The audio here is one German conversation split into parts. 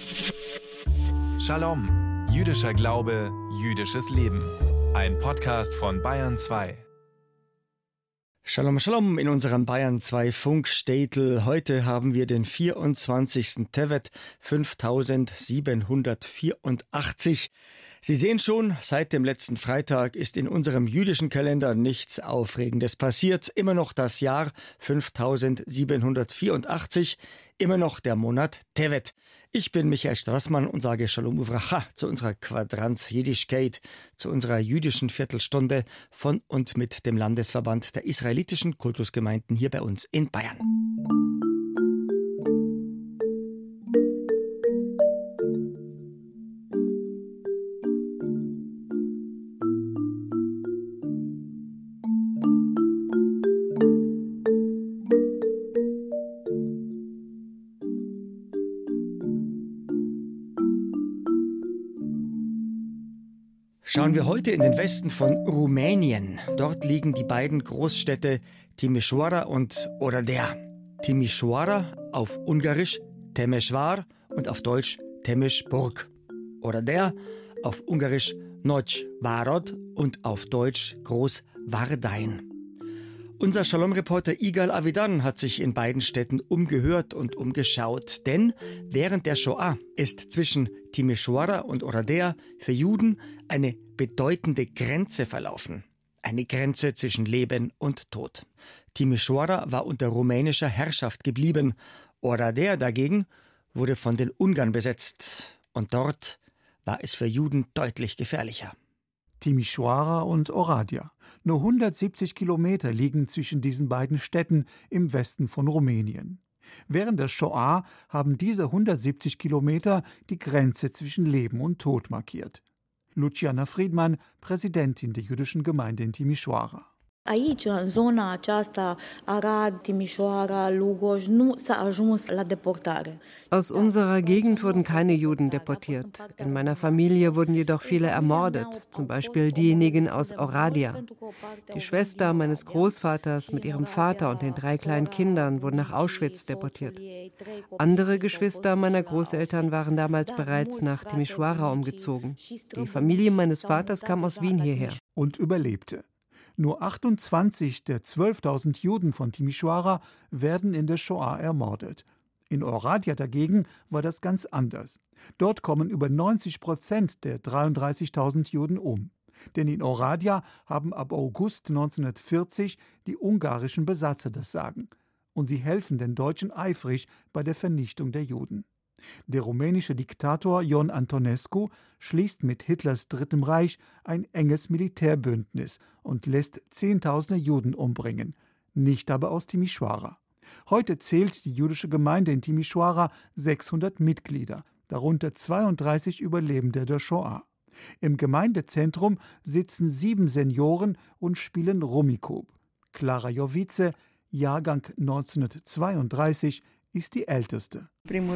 Shalom, jüdischer Glaube, jüdisches Leben. Ein Podcast von Bayern 2. Shalom, Shalom in unserem Bayern 2 Funkstädtel. Heute haben wir den 24. Tevet 5784. Sie sehen schon, seit dem letzten Freitag ist in unserem jüdischen Kalender nichts Aufregendes passiert. Immer noch das Jahr 5784, immer noch der Monat Tevet. Ich bin Michael Strassmann und sage Shalom Uvracha zu unserer Quadranz Jiddischkeit, zu unserer jüdischen Viertelstunde von und mit dem Landesverband der israelitischen Kultusgemeinden hier bei uns in Bayern. Schauen wir heute in den Westen von Rumänien. Dort liegen die beiden Großstädte Timișoara und Oradea. Timișoara auf Ungarisch Temesvar und auf Deutsch Temesburg. Oradea auf Ungarisch Nagyvárad und auf Deutsch Groß-Wardein. Unser Shalom-Reporter Igal Avidan hat sich in beiden Städten umgehört und umgeschaut, denn während der Shoah ist zwischen Timișoara und Oradea für Juden eine bedeutende Grenze verlaufen. Eine Grenze zwischen Leben und Tod. Timișoara war unter rumänischer Herrschaft geblieben, Oradea dagegen wurde von den Ungarn besetzt und dort war es für Juden deutlich gefährlicher. Timișoara und Oradea. Nur 170 Kilometer liegen zwischen diesen beiden Städten im Westen von Rumänien. Während der Shoah haben diese 170 Kilometer die Grenze zwischen Leben und Tod markiert. Luciana Friedman, Präsidentin der jüdischen Gemeinde in Timișoara. Aici, în zona aceasta, Arad, Timișoara, Lugoj, nu s-a ajuns la deportare. Aus unserer Gegend wurden keine Juden deportiert. In meiner Familie wurden jedoch viele ermordet, zum Beispiel diejenigen aus Oradea. Die Schwester meines Großvaters mit ihrem Vater und den 3 kleinen Kindern wurden nach Auschwitz deportiert. Andere Geschwister meiner Großeltern waren damals bereits nach Timișoara umgezogen. Die Familie meines Vaters kam aus Wien hierher. Und überlebte. Nur 28 der 12.000 Juden von Timișoara werden in der Shoah ermordet. In Oradea dagegen war das ganz anders. Dort kommen über 90% der 33.000 Juden um. Denn in Oradea haben ab August 1940 die ungarischen Besatzer das Sagen. Und sie helfen den Deutschen eifrig bei der Vernichtung der Juden. Der rumänische Diktator Ion Antonescu schließt mit Hitlers Dritten Reich ein enges Militärbündnis und lässt Zehntausende Juden umbringen, nicht aber aus Timișoara. Heute zählt die jüdische Gemeinde in Timișoara 600 Mitglieder, darunter 32 Überlebende der Shoah. Im Gemeindezentrum sitzen 7 Senioren und spielen Rummikub. Clara Jovice, Jahrgang 1932, ist die älteste.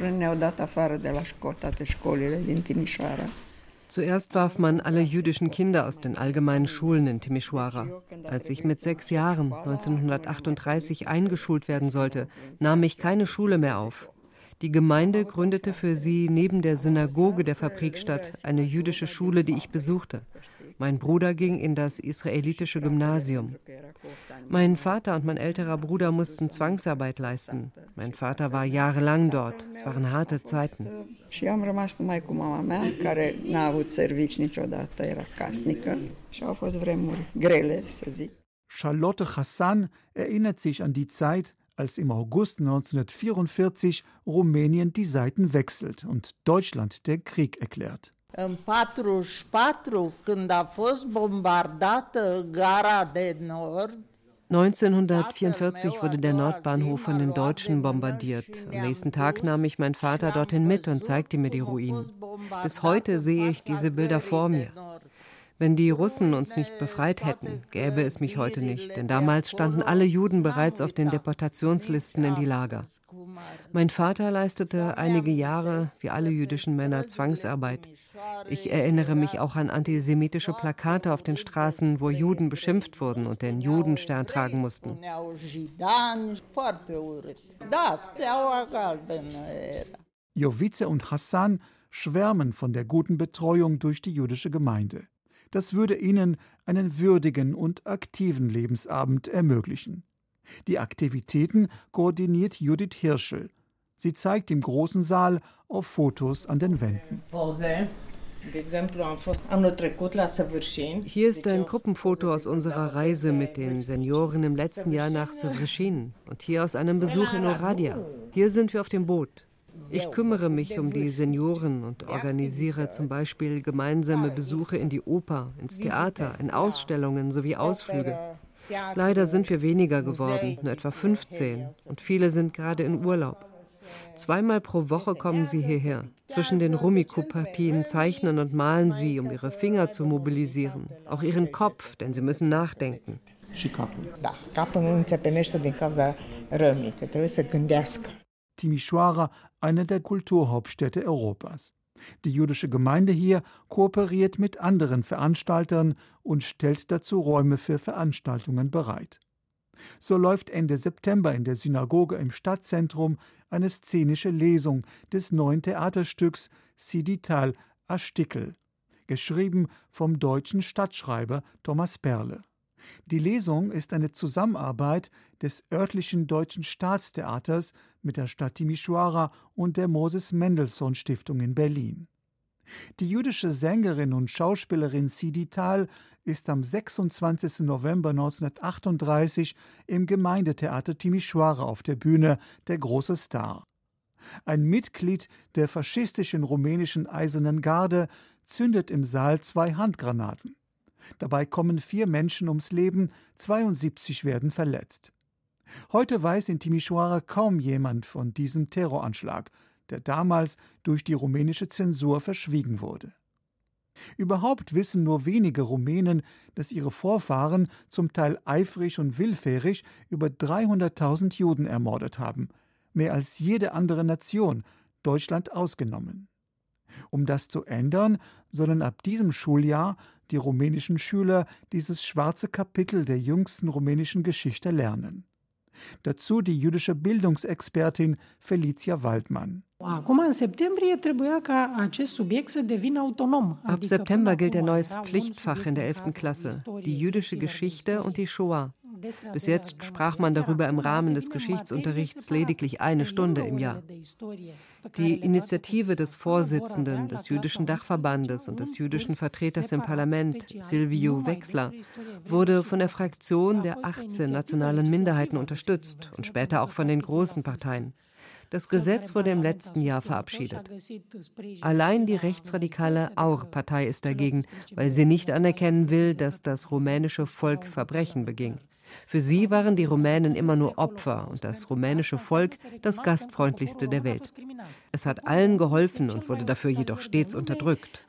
Zuerst warf man alle jüdischen Kinder aus den allgemeinen Schulen in Timișoara. Als ich mit 6 Jahren, 1938, eingeschult werden sollte, nahm ich keine Schule mehr auf. Die Gemeinde gründete für sie neben der Synagoge der Fabrikstadt eine jüdische Schule, die ich besuchte. Mein Bruder ging in das israelitische Gymnasium. Mein Vater und mein älterer Bruder mussten Zwangsarbeit leisten. Mein Vater war jahrelang dort. Es waren harte Zeiten. Charlotte Hassan erinnert sich an die Zeit, als im August 1944 Rumänien die Seiten wechselt und Deutschland den Krieg erklärt. În 1944, când a fost bombardată gara de Nord, 1944 wurde der Nordbahnhof von den Deutschen bombardiert. Am nächsten Tag nahm ich meinen Vater dorthin mit und zeigte mir die Ruinen. Bis heute sehe ich diese Bilder vor mir. Wenn die Russen uns nicht befreit hätten, gäbe es mich heute nicht, denn damals standen alle Juden bereits auf den Deportationslisten in die Lager. Mein Vater leistete einige Jahre, wie alle jüdischen Männer, Zwangsarbeit. Ich erinnere mich auch an antisemitische Plakate auf den Straßen, wo Juden beschimpft wurden und den Judenstern tragen mussten. Jovice und Hassan schwärmen von der guten Betreuung durch die jüdische Gemeinde. Das würde ihnen einen würdigen und aktiven Lebensabend ermöglichen. Die Aktivitäten koordiniert Judith Hirschel. Sie zeigt im großen Saal auf Fotos an den Wänden. Hier ist ein Gruppenfoto aus unserer Reise mit den Senioren im letzten Jahr nach Sewreschin und hier aus einem Besuch in Oradea. Hier sind wir auf dem Boot. Ich kümmere mich um die Senioren und organisiere zum Beispiel gemeinsame Besuche in die Oper, ins Theater, in Ausstellungen sowie Ausflüge. Leider sind wir weniger geworden, nur etwa 15, und viele sind gerade in Urlaub. 2-mal pro Woche kommen sie hierher. Zwischen den Rumiko-Partien zeichnen und malen sie, um ihre Finger zu mobilisieren. Auch ihren Kopf, denn sie müssen nachdenken. Timișoara, eine der Kulturhauptstädte Europas. Die jüdische Gemeinde hier kooperiert mit anderen Veranstaltern und stellt dazu Räume für Veranstaltungen bereit. So läuft Ende September in der Synagoge im Stadtzentrum eine szenische Lesung des neuen Theaterstücks Sidital Ashtikl, geschrieben vom deutschen Stadtschreiber Thomas Perle. Die Lesung ist eine Zusammenarbeit des örtlichen Deutschen Staatstheaters mit der Stadt Timișoara und der Moses-Mendelssohn-Stiftung in Berlin. Die jüdische Sängerin und Schauspielerin Sidital ist am 26. November 1938 im Gemeindetheater Timișoara auf der Bühne der große Star. Ein Mitglied der faschistischen rumänischen Eisernen Garde zündet im Saal 2 Handgranaten. Dabei kommen 4 Menschen ums Leben, 72 werden verletzt. Heute weiß in Timișoara kaum jemand von diesem Terroranschlag, der damals durch die rumänische Zensur verschwiegen wurde. Überhaupt wissen nur wenige Rumänen, dass ihre Vorfahren zum Teil eifrig und willfährig über 300.000 Juden ermordet haben, mehr als jede andere Nation, Deutschland ausgenommen. Um das zu ändern, sollen ab diesem Schuljahr die rumänischen Schüler dieses schwarze Kapitel der jüngsten rumänischen Geschichte lernen. Dazu die jüdische Bildungsexpertin Felicia Waldmann. Ab September gilt ein neues Pflichtfach in der 11. Klasse, die jüdische Geschichte und die Shoah. Bis jetzt sprach man darüber im Rahmen des Geschichtsunterrichts lediglich 1 Stunde im Jahr. Die Initiative des Vorsitzenden des Jüdischen Dachverbandes und des jüdischen Vertreters im Parlament, Silviu Wexler, wurde von der Fraktion der 18 nationalen Minderheiten unterstützt und später auch von den großen Parteien. Das Gesetz wurde im letzten Jahr verabschiedet. Allein die rechtsradikale AUR-Partei ist dagegen, weil sie nicht anerkennen will, dass das rumänische Volk Verbrechen beging. Für sie waren die Rumänen immer nur Opfer und das rumänische Volk das gastfreundlichste der Welt. Es hat allen geholfen und wurde dafür jedoch stets unterdrückt.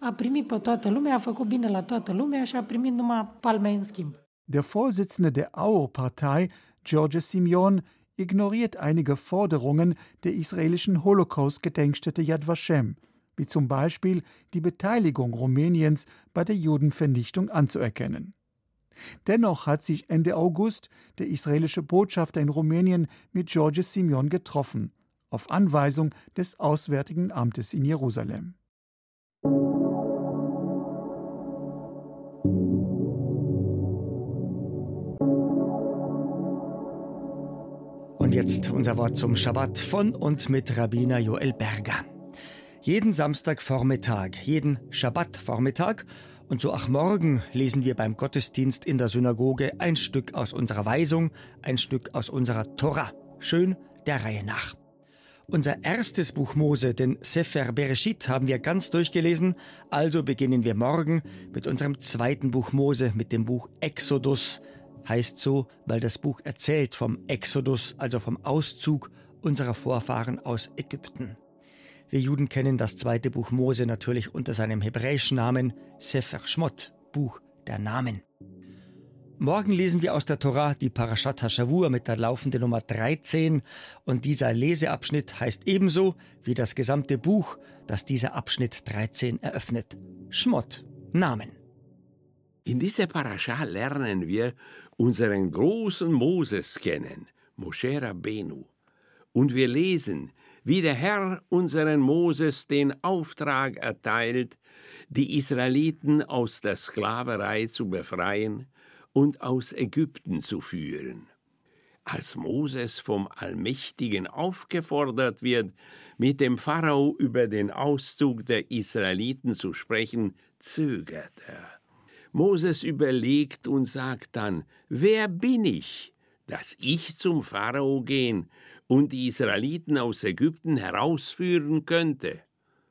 Der Vorsitzende der AUR-Partei, George Simeon, ignoriert einige Forderungen der israelischen Holocaust-Gedenkstätte Yad Vashem, wie zum Beispiel die Beteiligung Rumäniens bei der Judenvernichtung anzuerkennen. Dennoch hat sich Ende August der israelische Botschafter in Rumänien mit George Simeon getroffen, auf Anweisung des Auswärtigen Amtes in Jerusalem. Und jetzt unser Wort zum Schabbat von und mit Rabbiner Joel Berger. Jeden Samstagvormittag, jeden Schabbatvormittag und so auch morgen lesen wir beim Gottesdienst in der Synagoge ein Stück aus unserer Weisung, ein Stück aus unserer Tora. Schön der Reihe nach. Unser erstes Buch Mose, den Sefer Bereshit, haben wir ganz durchgelesen, also beginnen wir morgen mit unserem zweiten Buch Mose, mit dem Buch Exodus. Heißt so, weil das Buch erzählt vom Exodus, also vom Auszug unserer Vorfahren aus Ägypten. Wir Juden kennen das zweite Buch Mose natürlich unter seinem hebräischen Namen Sefer Shmot, Buch der Namen. Morgen lesen wir aus der Tora die Parashat HaShavua mit der laufenden Nummer 13 und dieser Leseabschnitt heißt ebenso wie das gesamte Buch, das dieser Abschnitt 13 eröffnet. Shmot, Namen. In dieser Parascha lernen wir unseren großen Moses kennen, Moshe Rabbeinu. Und wir lesen, wie der Herr unseren Moses den Auftrag erteilt, die Israeliten aus der Sklaverei zu befreien und aus Ägypten zu führen. Als Moses vom Allmächtigen aufgefordert wird, mit dem Pharao über den Auszug der Israeliten zu sprechen, zögert er. Moses überlegt und sagt dann: Wer bin ich, dass ich zum Pharao gehen und die Israeliten aus Ägypten herausführen könnte?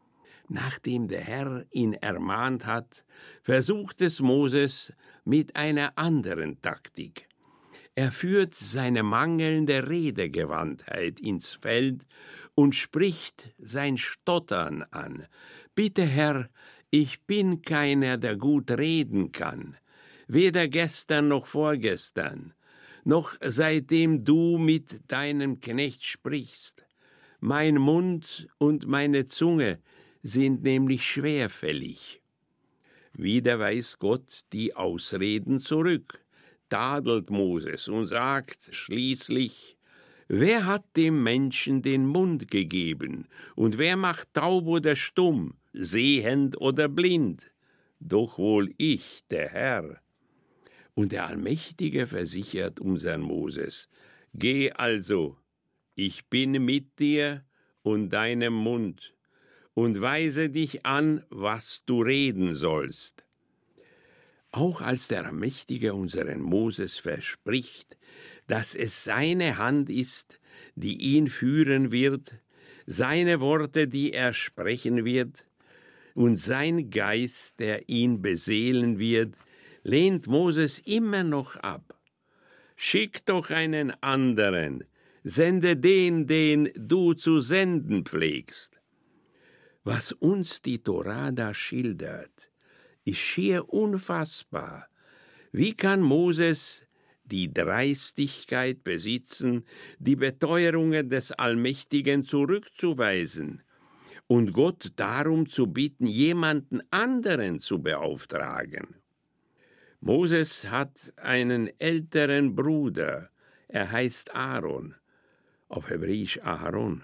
Nachdem der Herr ihn ermahnt hat, versucht es Moses mit einer anderen Taktik. Er führt seine mangelnde Redegewandtheit ins Feld und spricht sein Stottern an. »Bitte, Herr, ich bin keiner, der gut reden kann, weder gestern noch vorgestern, noch seitdem du mit deinem Knecht sprichst. Mein Mund und meine Zunge sind nämlich schwerfällig.« Wieder weist Gott die Ausreden zurück, tadelt Moses und sagt schließlich: Wer hat dem Menschen den Mund gegeben, und wer macht taub oder stumm, sehend oder blind? Doch wohl ich, der Herr. Und der Allmächtige versichert unseren Moses: Geh also, ich bin mit dir und deinem Mund, und weise dich an, was du reden sollst. Auch als der Allmächtige unseren Moses verspricht, dass es seine Hand ist, die ihn führen wird, seine Worte, die er sprechen wird, und sein Geist, der ihn beseelen wird, lehnt Moses immer noch ab. Schick doch einen anderen, sende den du zu senden pflegst. Was uns die Tora da schildert, ist schier unfassbar. Wie kann Moses die Dreistigkeit besitzen, die Beteuerungen des Allmächtigen zurückzuweisen und Gott darum zu bitten, jemanden anderen zu beauftragen? Moses hat einen älteren Bruder, er heißt Aaron, auf Hebräisch Aharon.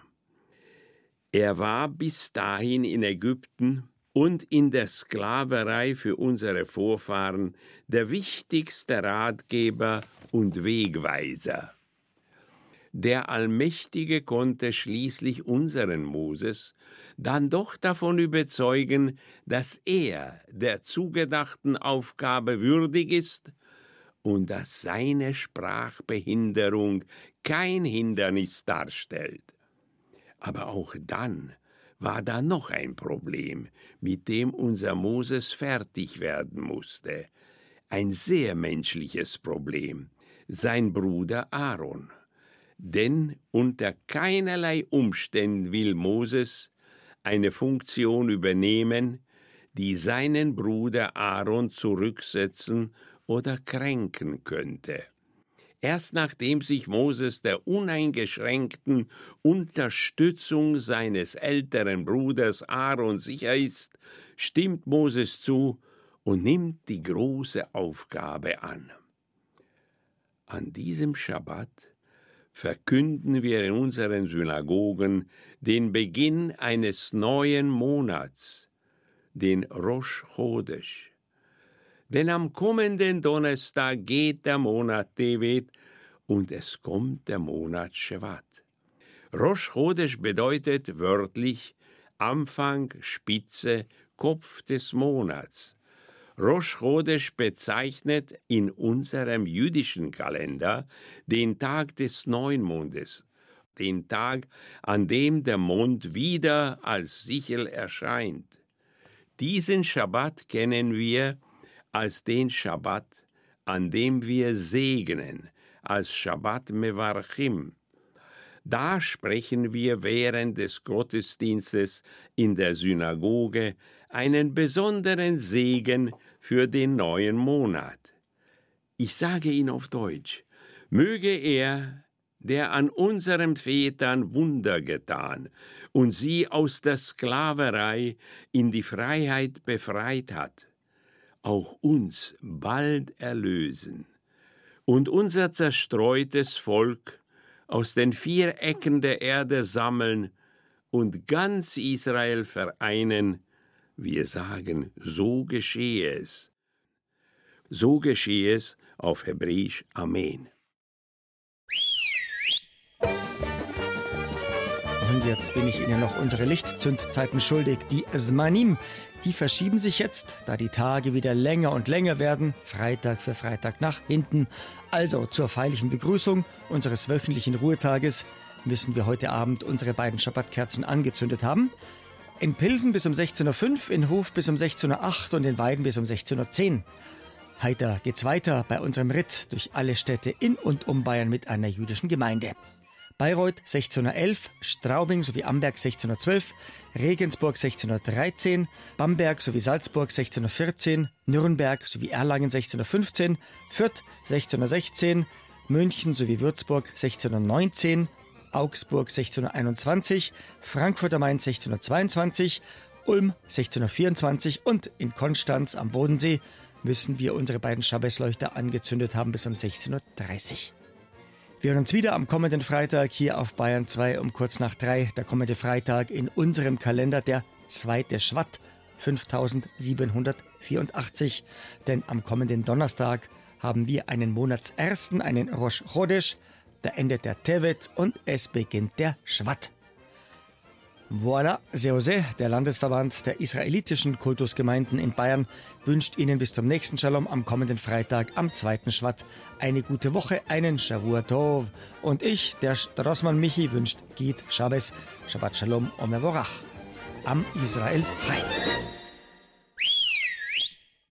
Er war bis dahin in Ägypten und in der Sklaverei für unsere Vorfahren der wichtigste Ratgeber und Wegweiser. Der Allmächtige konnte schließlich unseren Moses dann doch davon überzeugen, dass er der zugedachten Aufgabe würdig ist und dass seine Sprachbehinderung kein Hindernis darstellt. Aber auch dann war da noch ein Problem, mit dem unser Moses fertig werden musste. Ein sehr menschliches Problem, sein Bruder Aaron. Denn unter keinerlei Umständen will Moses eine Funktion übernehmen, die seinen Bruder Aaron zurücksetzen oder kränken könnte. Erst nachdem sich Moses der uneingeschränkten Unterstützung seines älteren Bruders Aaron sicher ist, stimmt Moses zu und nimmt die große Aufgabe an. An diesem Schabbat verkünden wir in unseren Synagogen den Beginn eines neuen Monats, den Rosh Chodesh. Denn am kommenden Donnerstag geht der Monat Tevet und es kommt der Monat Shevat. Rosh Chodesh bedeutet wörtlich Anfang, Spitze, Kopf des Monats. Rosh Chodesh bezeichnet in unserem jüdischen Kalender den Tag des Neumondes, den Tag, an dem der Mond wieder als Sichel erscheint. Diesen Schabbat kennen wir als den Schabbat, an dem wir segnen, als Schabbat Mevarchim. Da sprechen wir während des Gottesdienstes in der Synagoge einen besonderen Segen für den neuen Monat. Ich sage ihn auf Deutsch: Möge er, der an unseren Vätern Wunder getan und sie aus der Sklaverei in die Freiheit befreit hat, auch uns bald erlösen und unser zerstreutes Volk aus den 4 Ecken der Erde sammeln und ganz Israel vereinen. Wir sagen, so geschehe es. So geschehe es auf Hebräisch Amen. Und jetzt bin ich Ihnen noch unsere Lichtzündzeiten schuldig. Die Zmanim, die verschieben sich jetzt, da die Tage wieder länger und länger werden, Freitag für Freitag nach hinten. Also zur feierlichen Begrüßung unseres wöchentlichen Ruhetages müssen wir heute Abend unsere beiden Schabbatkerzen angezündet haben. In Pilsen bis um 16.05 Uhr, in Hof bis um 16.08 Uhr und in Weiden bis um 16.10 Uhr. Heiter geht's weiter bei unserem Ritt durch alle Städte in und um Bayern mit einer jüdischen Gemeinde. Bayreuth 1611 Uhr, Straubing sowie Amberg 1612 Uhr, Regensburg 1613 Uhr, Bamberg sowie Salzburg 1614 Uhr, Nürnberg sowie Erlangen 1615 Uhr, Fürth 1616 Uhr, München sowie Würzburg 1619 Uhr, Augsburg 1621 Uhr, Frankfurt am Main 1622 Uhr, Ulm 1624 Uhr und in Konstanz am Bodensee müssen wir unsere beiden Schabbes-Leuchter angezündet haben bis um 16.30 Uhr. Wir hören uns wieder am kommenden Freitag hier auf Bayern 2 um kurz nach 3. Der kommende Freitag in unserem Kalender der 2. Schwatt 5784. Denn am kommenden Donnerstag haben wir einen Monatsersten, einen Rosh Chodesh. Da endet der Tevet und es beginnt der Schwatt. Voilà, Seose, der Landesverband der israelitischen Kultusgemeinden in Bayern, wünscht Ihnen bis zum nächsten Shalom am kommenden Freitag am 2. Schwatt eine gute Woche, einen Shavua Tov. Und ich, der Strassmann Michi, wünscht Git Shabbes, Shabbat Shalom Omevorach. Am Israel Chai.